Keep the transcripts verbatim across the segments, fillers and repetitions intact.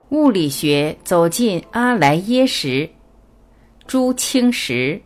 物理学走进阿莱耶识，朱清时。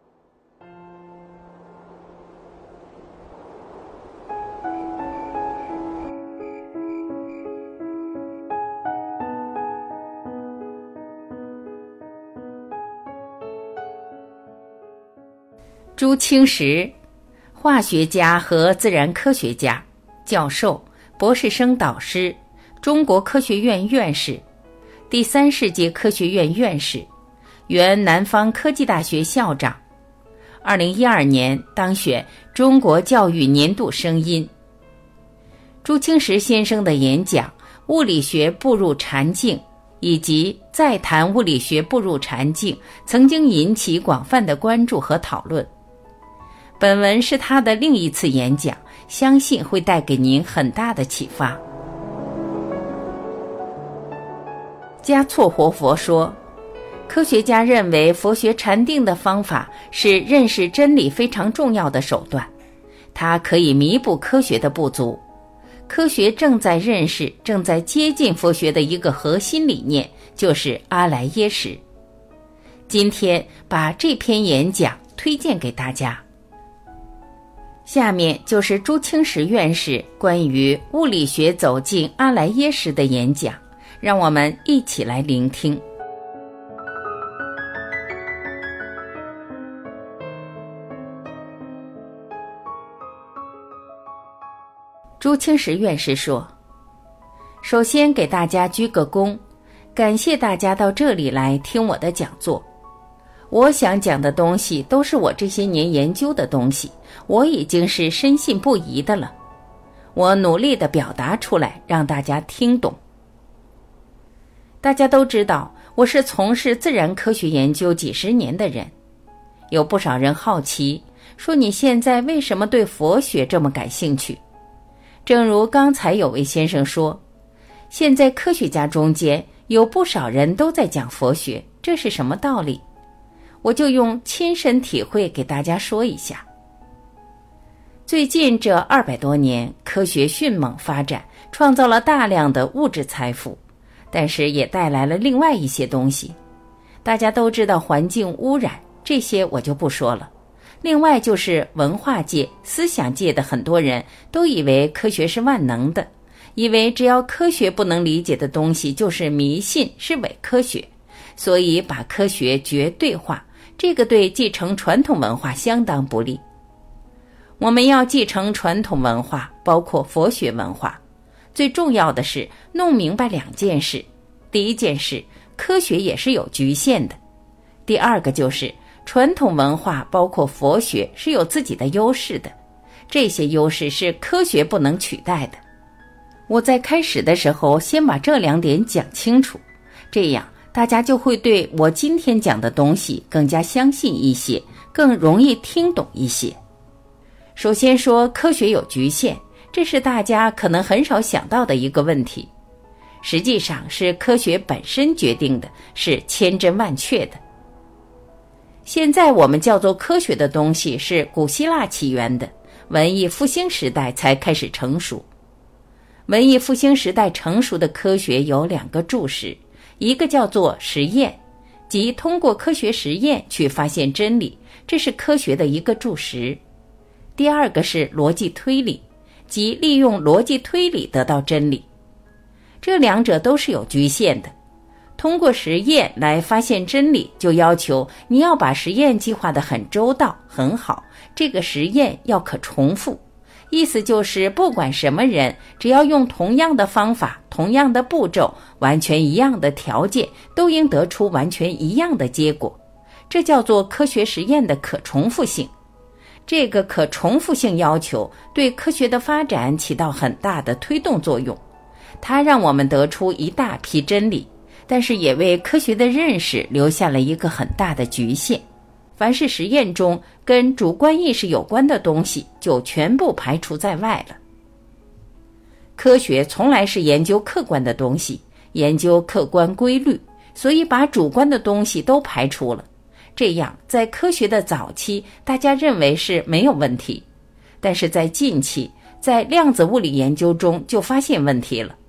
朱清时，化学家和自然科学家，教授、博士生导师，中国科学院院士，第三世界科学院院士，原南方科技大学校长。二零一二年当选中国教育年度声音。朱清时先生的演讲《物理学步入禅境》以及再谈物理学步入禅境曾经引起广泛的关注和讨论。本文是他的另一次演讲，相信会带给您很大的启发。嘉措活佛说，科学家认为佛学禅定的方法是认识真理非常重要的手段，它可以弥补科学的不足。科学正在认识、正在接近佛学的一个核心理念，就是阿莱耶识。今天把这篇演讲推荐给大家。下面就是朱清时院士关于物理学走进阿莱耶识的演讲，让我们一起来聆听。朱清时院士说，首先给大家鞠个躬，感谢大家到这里来听我的讲座。我想讲的东西都是我这些年研究的东西，我已经是深信不疑的了。我努力地表达出来，让大家听懂。大家都知道，我是从事自然科学研究几十年的人。有不少人好奇，说你现在为什么对佛学这么感兴趣？正如刚才有位先生说，现在科学家中间有不少人都在讲佛学，这是什么道理？我就用亲身体会给大家说一下。最近这二百多年，科学迅猛发展，创造了大量的物质财富，但是也带来了另外一些东西。大家都知道环境污染，这些我就不说了。另外就是文化界、思想界的很多人都以为科学是万能的，以为只要科学不能理解的东西就是迷信，是伪科学，所以把科学绝对化，这个对继承传统文化相当不利。我们要继承传统文化，包括佛学文化，最重要的是弄明白两件事。第一件事，科学也是有局限的。第二个就是传统文化包括佛学是有自己的优势的，这些优势是科学不能取代的。我在开始的时候先把这两点讲清楚，这样大家就会对我今天讲的东西更加相信一些，更容易听懂一些。首先说科学有局限，这是大家可能很少想到的一个问题。实际上是科学本身决定的，是千真万确的。现在我们叫做科学的东西是古希腊起源的，文艺复兴时代才开始成熟。文艺复兴时代成熟的科学有两个注释，一个叫做实验，即通过科学实验去发现真理，这是科学的一个注释。第二个是逻辑推理，即利用逻辑推理得到真理。这两者都是有局限的。通过实验来发现真理，就要求你要把实验计划得很周到、很好，这个实验要可重复。意思就是不管什么人，只要用同样的方法、同样的步骤、完全一样的条件，都应得出完全一样的结果。这叫做科学实验的可重复性。这个可重复性要求对科学的发展起到很大的推动作用，它让我们得出一大批真理，但是也为科学的认识留下了一个很大的局限。凡是实验中跟主观意识有关的东西，就全部排除在外了。科学从来是研究客观的东西，研究客观规律，所以把主观的东西都排除了。这样在科学的早期大家认为是没有问题，但是在近期，在量子物理研究中就发现问题了。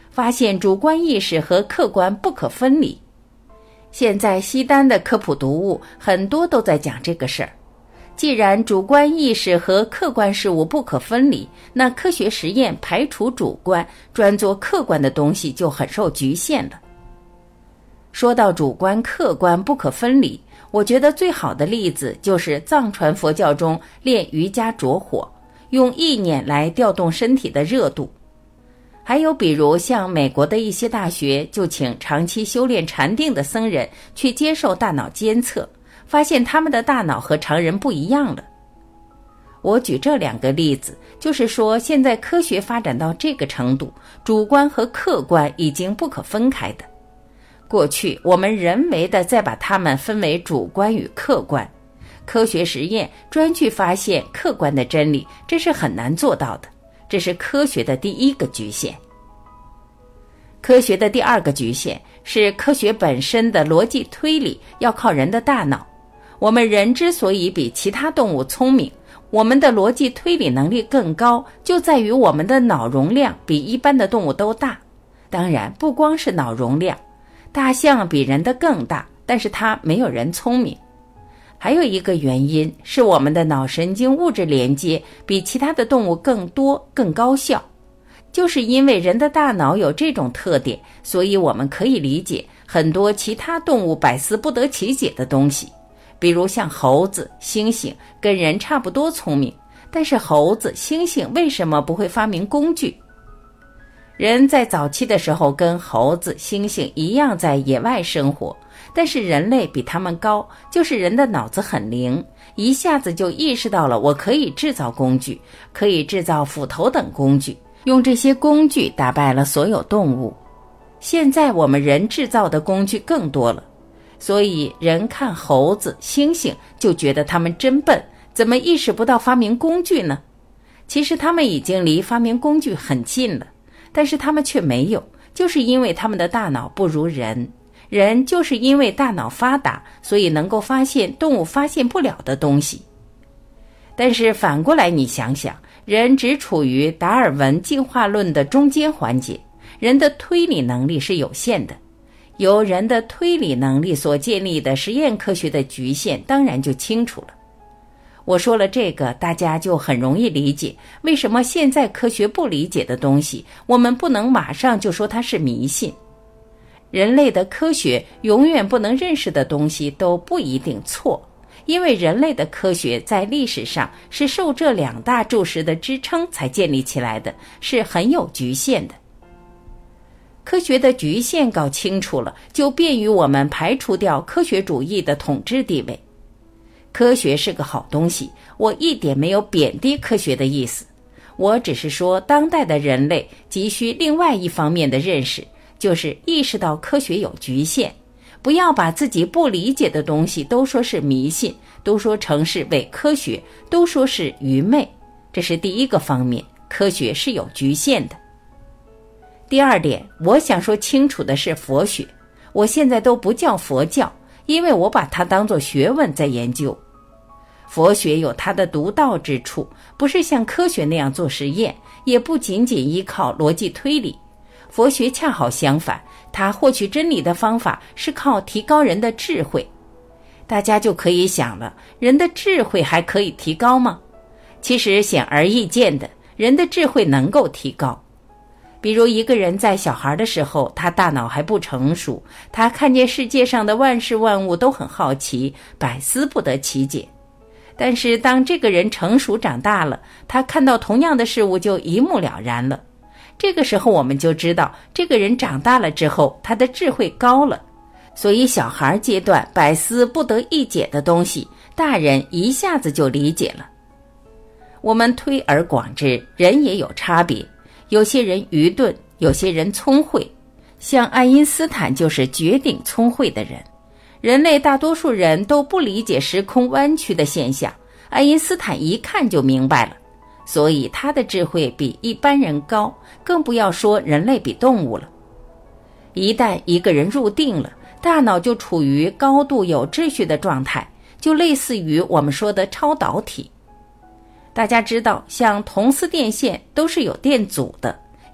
发现主观意识和客观不可分离。现在西单的科普读物很多都在讲这个事儿。既然主观意识和客观事物不可分离，那科学实验排除主观，专做客观的东西就很受局限了。说到主观客观不可分离，我觉得最好的例子就是藏传佛教中练瑜伽着火，用意念来调动身体的热度。还有比如像美国的一些大学就请长期修炼禅定的僧人去接受大脑监测，发现他们的大脑和常人不一样了。我举这两个例子，就是说现在科学发展到这个程度，主观和客观已经不可分开的。过去我们人为的再把它们分为主观与客观，科学实验专去发现客观的真理，这是很难做到的。这是科学的第一个局限。科学的第二个局限是科学本身的逻辑推理要靠人的大脑。我们人之所以比其他动物聪明，我们的逻辑推理能力更高，就在于我们的脑容量比一般的动物都大。当然不光是脑容量，大象比人的更大，但是它没有人聪明。还有一个原因是我们的脑神经物质连接比其他的动物更多更高效，就是因为人的大脑有这种特点，所以我们可以理解很多其他动物百思不得其解的东西。比如像猴子、猩猩跟人差不多聪明，但是猴子、猩猩为什么不会发明工具？人在早期的时候跟猴子、猩猩一样在野外生活，但是人类比他们高，就是人的脑子很灵，一下子就意识到了我可以制造工具，可以制造斧头等工具，用这些工具打败了所有动物。现在我们人制造的工具更多了，所以人看猴子、猩猩就觉得他们真笨，怎么意识不到发明工具呢？其实他们已经离发明工具很近了，但是他们却没有，就是因为他们的大脑不如人。人就是因为大脑发达，所以能够发现动物发现不了的东西。但是反过来你想想，人只处于达尔文进化论的中间环节，人的推理能力是有限的。由人的推理能力所建立的实验科学的局限当然就清楚了。我说了这个，大家就很容易理解为什么现在科学不理解的东西，我们不能马上就说它是迷信。人类的科学永远不能认识的东西都不一定错，因为人类的科学在历史上是受这两大柱石的支撑才建立起来的，是很有局限的。科学的局限搞清楚了，就便于我们排除掉科学主义的统治地位。科学是个好东西，我一点没有贬低科学的意思，我只是说当代的人类急需另外一方面的认识，就是意识到科学有局限，不要把自己不理解的东西都说是迷信，都说成是伪科学，都说是愚昧。这是第一个方面，科学是有局限的。第二点，我想说清楚的是佛学，我现在都不叫佛教，因为我把它当作学问在研究。佛学有它的独到之处，不是像科学那样做实验，也不仅仅依靠逻辑推理。佛学恰好相反，它获取真理的方法是靠提高人的智慧。大家就可以想了，人的智慧还可以提高吗？其实显而易见的，人的智慧能够提高。比如一个人在小孩的时候，他大脑还不成熟，他看见世界上的万事万物都很好奇，百思不得其解。但是当这个人成熟长大了，他看到同样的事物就一目了然了。这个时候我们就知道，这个人长大了之后，他的智慧高了。所以小孩阶段百思不得一解的东西，大人一下子就理解了。我们推而广之，人也有差别，有些人愚钝，有些人聪慧。像爱因斯坦就是绝顶聪慧的人。人类大多数人都不理解时空弯曲的现象，爱因斯坦一看就明白了，所以他的智慧比一般人高，更不要说人类比动物了。一旦一个人入定了，大脑就处于高度有秩序的状态，就类似于我们说的超导体。大家知道，像铜丝电线都是有电阻的，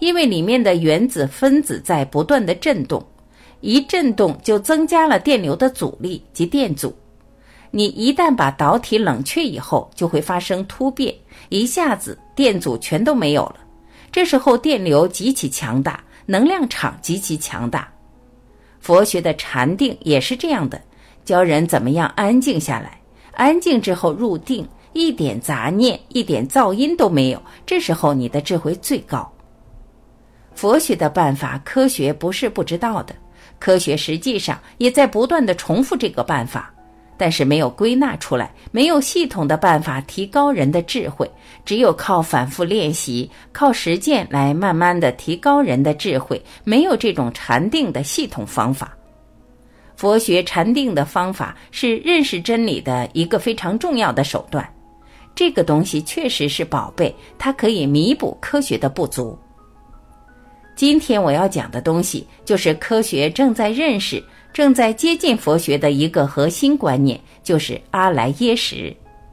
因为里面的原子分子在不断的振动，一振动就增加了电流的阻力及电阻。你一旦把导体冷却以后，就会发生突变，一下子电阻全都没有了。这时候电流极其强大，能量场极其强大。佛学的禅定也是这样的，教人怎么样安静下来，安静之后入定，一点杂念一点噪音都没有，这时候你的智慧最高。佛学的办法科学不是不知道的，科学实际上也在不断地重复这个办法，但是没有归纳出来，没有系统的办法提高人的智慧，只有靠反复练习，靠实践来慢慢的提高人的智慧，没有这种禅定的系统方法。佛学禅定的方法是认识真理的一个非常重要的手段，这个东西确实是宝贝，它可以弥补科学的不足。今天我要讲的东西，就是科学正在认识正在接近佛学的一个核心观念，就是阿赖耶识。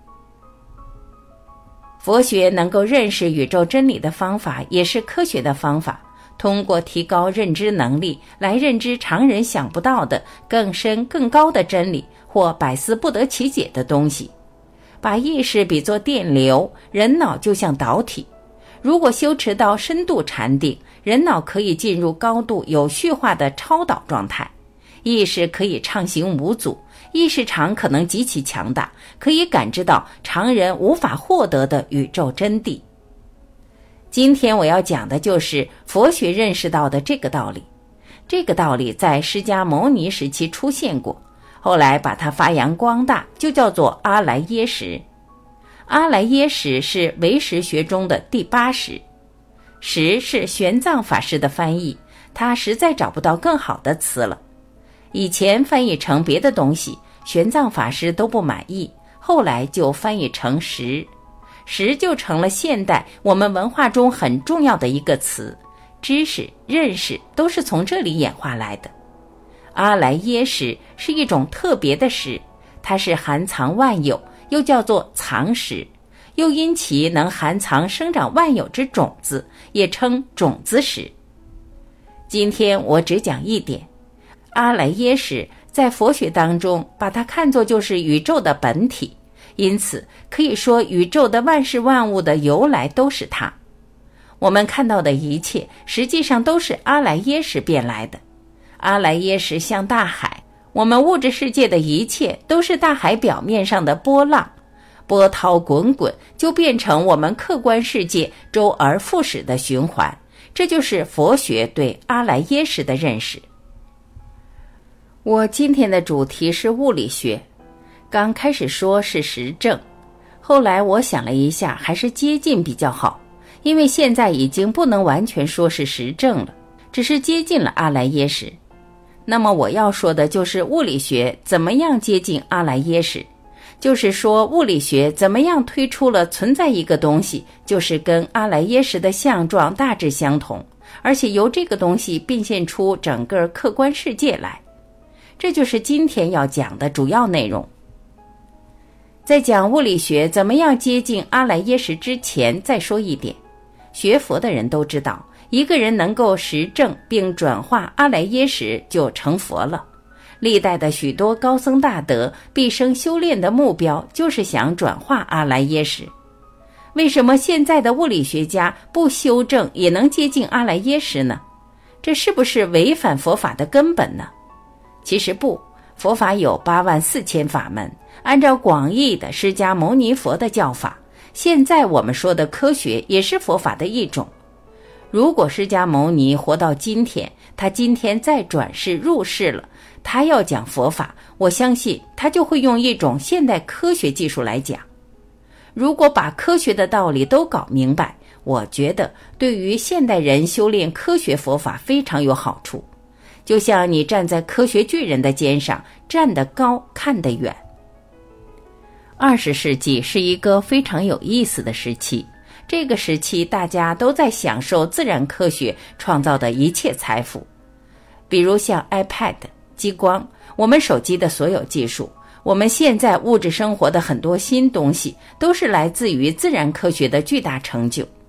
佛学能够认识宇宙真理的方法，也是科学的方法，通过提高认知能力来认知常人想不到的更深更高的真理，或百思不得其解的东西。把意识比作电流，人脑就像导体。如果修持到深度禅定，人脑可以进入高度有序化的超导状态，意识可以畅行无阻，意识场可能极其强大，可以感知到常人无法获得的宇宙真谛。今天我要讲的就是佛学认识到的这个道理。这个道理在释迦牟尼时期出现过，后来把它发扬光大，就叫做阿赖耶识。阿赖耶识是唯识学中的第八识，识是玄奘法师的翻译，他实在找不到更好的词了。以前翻译成别的东西，玄奘法师都不满意，后来就翻译成识，识就成了现代我们文化中很重要的一个词，知识、认识都是从这里演化来的。阿赖耶识是一种特别的识，它是含藏万有，又叫做藏识，又因其能含藏生长万有之种子，也称种子识。今天我只讲一点，阿赖耶识在佛学当中把它看作就是宇宙的本体，因此可以说宇宙的万事万物的由来都是它。我们看到的一切实际上都是阿赖耶识变来的。阿赖耶识像大海，我们物质世界的一切都是大海表面上的波浪，波涛滚滚，就变成我们客观世界周而复始的循环。这就是佛学对阿赖耶识的认识。我今天的主题是物理学，刚开始说是实证，后来我想了一下，还是接近比较好，因为现在已经不能完全说是实证了，只是接近了阿赖耶识。那么我要说的就是物理学怎么样接近阿赖耶识，就是说物理学怎么样推出了存在一个东西，就是跟阿赖耶识的相状大致相同，而且由这个东西变现出整个客观世界来。这就是今天要讲的主要内容。在讲物理学怎么样接近阿赖耶识之前，再说一点，学佛的人都知道，一个人能够实证并转化阿赖耶识就成佛了。历代的许多高僧大德毕生修炼的目标就是想转化阿赖耶识。为什么现在的物理学家不修正也能接近阿赖耶识呢？这是不是违反佛法的根本呢？其实不，佛法有八万四千法门，按照广义的释迦牟尼佛的教法，现在我们说的科学也是佛法的一种。如果释迦牟尼活到今天，他今天再转世入世了，他要讲佛法，我相信他就会用一种现代科学技术来讲。如果把科学的道理都搞明白，我觉得对于现代人修炼科学佛法非常有好处。就像你站在科学巨人的肩上，站得高，看得远。二十世纪是一个非常有意思的时期，这个时期大家都在享受自然科学创造的一切财富，比如像 iPad、激光，我们手机的所有技术，我们现在物质生活的很多新东西，都是来自于自然科学的巨大成就。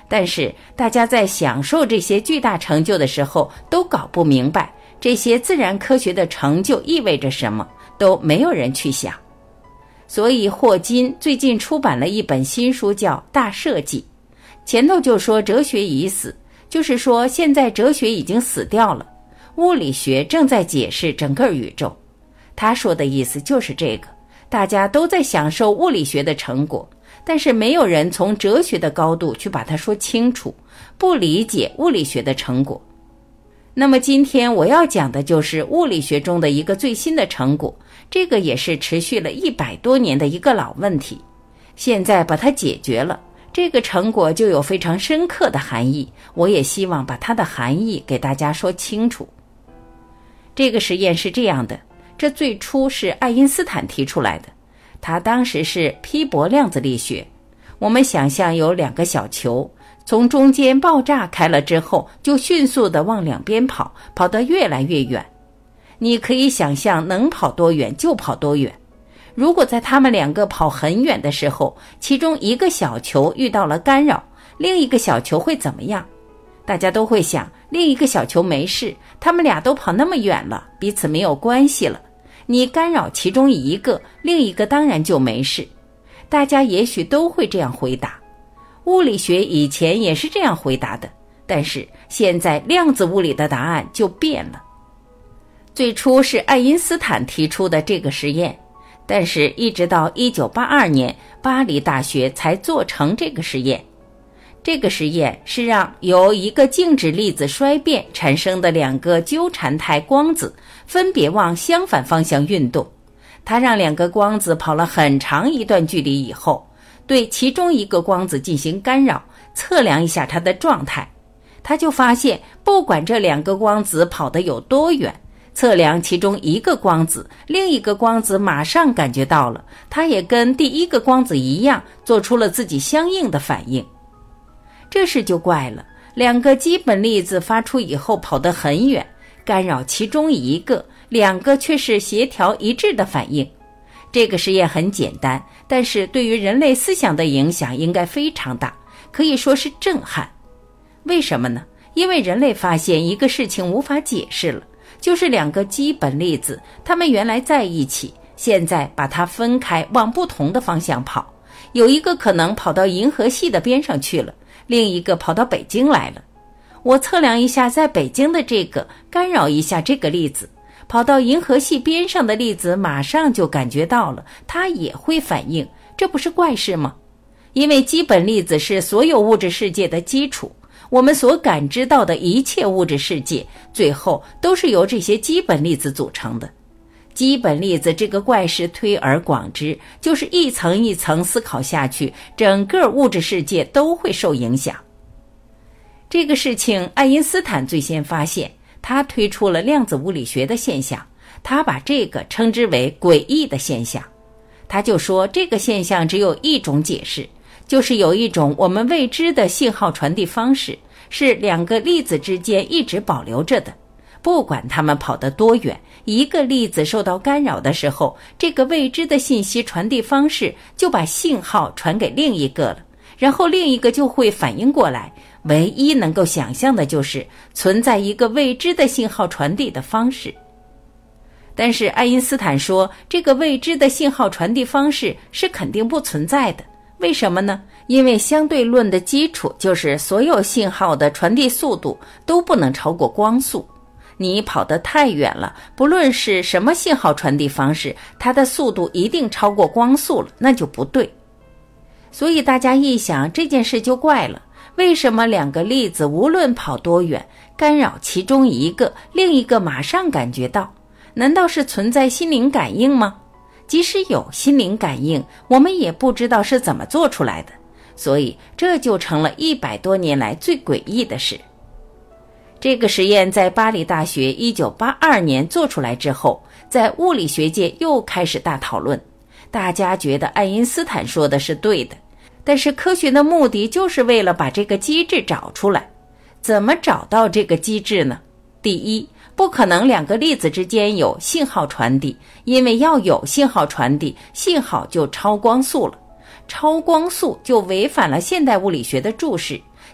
但是大家在享受这些巨大成就的时候，都搞不明白这些自然科学的成就意味着什么，都没有人去想。所以霍金最近出版了一本新书叫《大设计》，前头就说哲学已死，就是说现在哲学已经死掉了，物理学正在解释整个宇宙。他说的意思就是这个，大家都在享受物理学的成果，但是没有人从哲学的高度去把它说清楚，不理解物理学的成果。那么今天我要讲的就是物理学中的一个最新的成果，这个也是持续了一百多年的一个老问题，现在把它解决了，这个成果就有非常深刻的含义，我也希望把它的含义给大家说清楚。这个实验是这样的，这最初是爱因斯坦提出来的，他当时是批驳量子力学。我们想象有两个小球，从中间爆炸开了之后，就迅速地往两边跑，跑得越来越远。你可以想象能跑多远就跑多远。如果在他们两个跑很远的时候，其中一个小球遇到了干扰，另一个小球会怎么样？大家都会想，另一个小球没事，他们俩都跑那么远了，彼此没有关系了。你干扰其中一个，另一个当然就没事。大家也许都会这样回答。物理学以前也是这样回答的，但是现在量子物理的答案就变了。最初是爱因斯坦提出的这个实验，但是一直到一九八二年，巴黎大学才做成这个实验。这个实验是让由一个静止粒子衰变产生的两个纠缠态光子分别往相反方向运动。他让两个光子跑了很长一段距离以后，对其中一个光子进行干扰，测量一下它的状态。他就发现，不管这两个光子跑得有多远，测量其中一个光子，另一个光子马上感觉到了，它也跟第一个光子一样，做出了自己相应的反应。这事就怪了，两个基本粒子发出以后跑得很远，干扰其中一个，两个却是协调一致的反应。这个实验很简单，但是对于人类思想的影响应该非常大，可以说是震撼。为什么呢？因为人类发现一个事情无法解释了，就是两个基本粒子，它们原来在一起，现在把它分开，往不同的方向跑。有一个可能跑到银河系的边上去了，另一个跑到北京来了。我测量一下在北京的这个，干扰一下这个粒子，跑到银河系边上的粒子马上就感觉到了，它也会反应，这不是怪事吗？因为基本粒子是所有物质世界的基础，我们所感知到的一切物质世界，最后都是由这些基本粒子组成的。基本粒子这个怪事推而广之，就是一层一层思考下去，整个物质世界都会受影响。这个事情爱因斯坦最先发现，他推出了量子物理学的现象，他把这个称之为诡异的现象。他就说这个现象只有一种解释，就是有一种我们未知的信号传递方式，是两个粒子之间一直保留着的。不管它们跑得多远，一个粒子受到干扰的时候，这个未知的信息传递方式就把信号传给另一个了，然后另一个就会反应过来。唯一能够想象的就是存在一个未知的信号传递的方式。但是爱因斯坦说，这个未知的信号传递方式是肯定不存在的。为什么呢？因为相对论的基础就是所有信号的传递速度都不能超过光速。你跑得太远了，不论是什么信号传递方式，它的速度一定超过光速了，那就不对。所以大家一想，这件事就怪了，为什么两个粒子无论跑多远，干扰其中一个，另一个马上感觉到？难道是存在心灵感应吗？即使有心灵感应，我们也不知道是怎么做出来的，所以这就成了一百多年来最诡异的事。这个实验在巴黎大学一九八二年做出来之后，在物理学界又开始大讨论。大家觉得爱因斯坦说的是对的，但是科学的目的就是为了把这个机制找出来。怎么找到这个机制呢？第一，不可能两个粒子之间有信号传递，因为要有信号传递，信号就超光速了。超光速就违反了现代物理学的注释，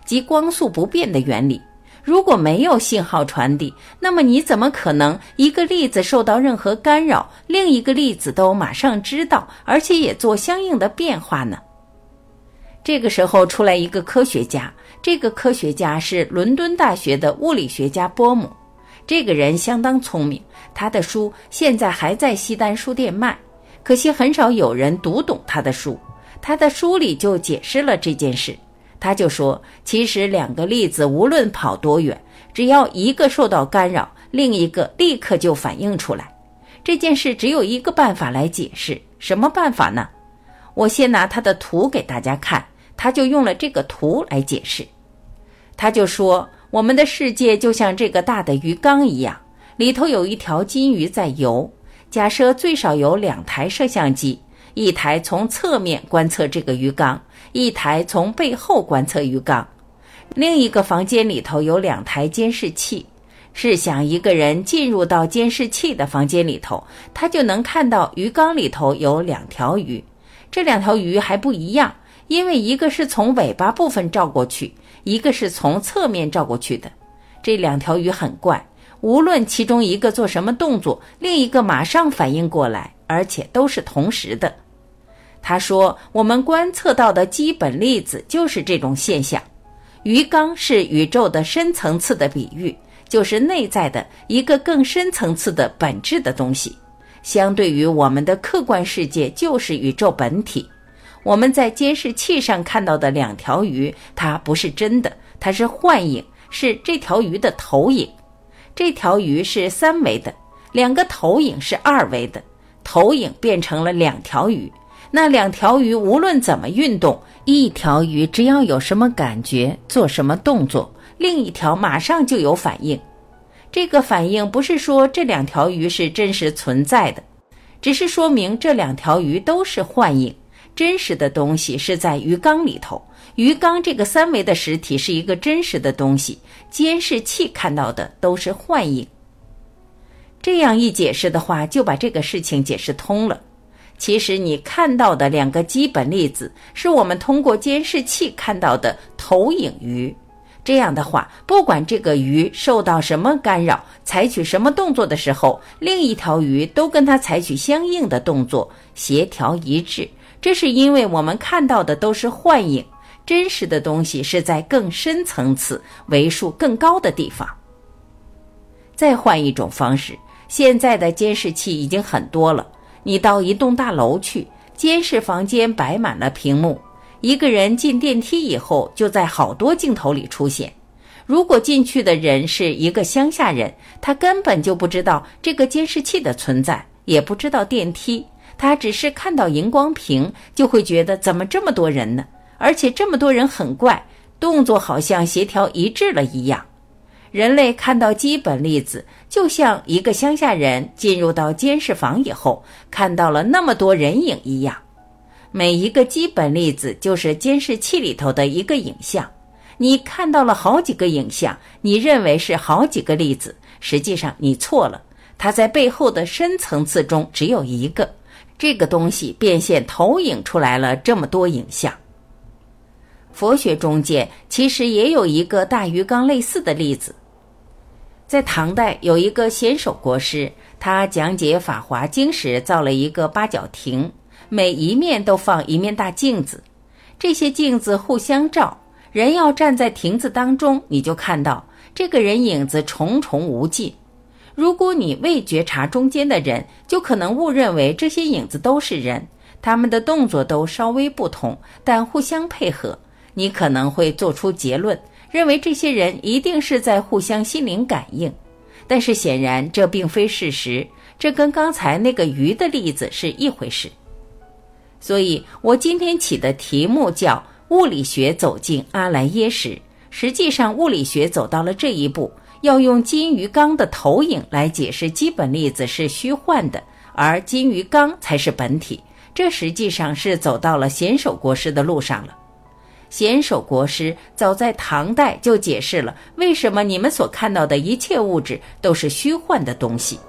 即光速不变的原理。如果没有信号传递，那么你怎么可能一个粒子受到任何干扰，另一个粒子都马上知道，而且也做相应的变化呢？这个时候出来一个科学家，这个科学家是伦敦大学的物理学家波姆。这个人相当聪明，他的书现在还在西单书店卖，可惜很少有人读懂他的书。他的书里就解释了这件事，他就说，其实两个粒子无论跑多远，只要一个受到干扰，另一个立刻就反应出来。这件事只有一个办法来解释，什么办法呢？我先拿他的图给大家看，他就用了这个图来解释。他就说，我们的世界就像这个大的鱼缸一样，里头有一条金鱼在游。假设最少有两台摄像机，一台从侧面观测这个鱼缸，一台从背后观测鱼缸。另一个房间里头有两台监视器。试想一个人进入到监视器的房间里头，他就能看到鱼缸里头有两条鱼。这两条鱼还不一样，因为一个是从尾巴部分照过去，一个是从侧面照过去的。这两条鱼很怪，无论其中一个做什么动作，另一个马上反应过来，而且都是同时的。他说，我们观测到的基本粒子就是这种现象。鱼缸是宇宙的深层次的比喻，就是内在的一个更深层次的本质的东西。相对于我们的客观世界就是宇宙本体。我们在监视器上看到的两条鱼，它不是真的，它是幻影，是这条鱼的投影。这条鱼是三维的，两个投影是二维的，投影变成了两条鱼。那两条鱼无论怎么运动，一条鱼只要有什么感觉，做什么动作，另一条马上就有反应。这个反应不是说这两条鱼是真实存在的，只是说明这两条鱼都是幻影。真实的东西是在鱼缸里头，鱼缸这个三维的实体是一个真实的东西，监视器看到的都是幻影。这样一解释的话，就把这个事情解释通了。其实你看到的两个基本粒子，是我们通过监视器看到的投影鱼。这样的话，不管这个鱼受到什么干扰，采取什么动作的时候，另一条鱼都跟它采取相应的动作，协调一致。这是因为我们看到的都是幻影，真实的东西是在更深层次、维数更高的地方。再换一种方式，现在的监视器已经很多了，你到一栋大楼去，监视房间摆满了屏幕，一个人进电梯以后就在好多镜头里出现。如果进去的人是一个乡下人，他根本就不知道这个监视器的存在，也不知道电梯，他只是看到荧光屏就会觉得怎么这么多人呢？而且这么多人很怪，动作好像协调一致了一样。人类看到基本粒子，就像一个乡下人进入到监视房以后，看到了那么多人影一样。每一个基本粒子就是监视器里头的一个影像。你看到了好几个影像，你认为是好几个粒子，实际上你错了，它在背后的深层次中只有一个。这个东西变现投影出来了这么多影像。佛学中间其实也有一个大鱼缸类似的例子。在唐代有一个显首国师，他讲解《法华经》时造了一个八角亭，每一面都放一面大镜子，这些镜子互相照，人要站在亭子当中，你就看到这个人影子重重无尽。如果你未觉察中间的人，就可能误认为这些影子都是人，他们的动作都稍微不同，但互相配合，你可能会做出结论，认为这些人一定是在互相心灵感应。但是显然这并非事实，这跟刚才那个鱼的例子是一回事。所以我今天起的题目叫物理学走进阿赖耶识，实际上物理学走到了这一步，要用金鱼缸的投影来解释基本粒子是虚幻的，而金鱼缸才是本体。这实际上是走到了显首国师的路上了。显首国师早在唐代就解释了为什么你们所看到的一切物质都是虚幻的东西。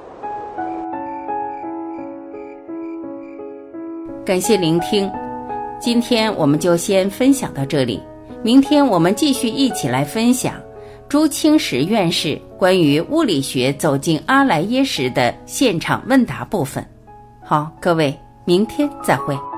感谢聆听， 今天我们就先分享到这里，明天我们继续一起来分享朱清时院士关于物理学走进阿莱耶识的现场问答部分。好，各位，明天再会。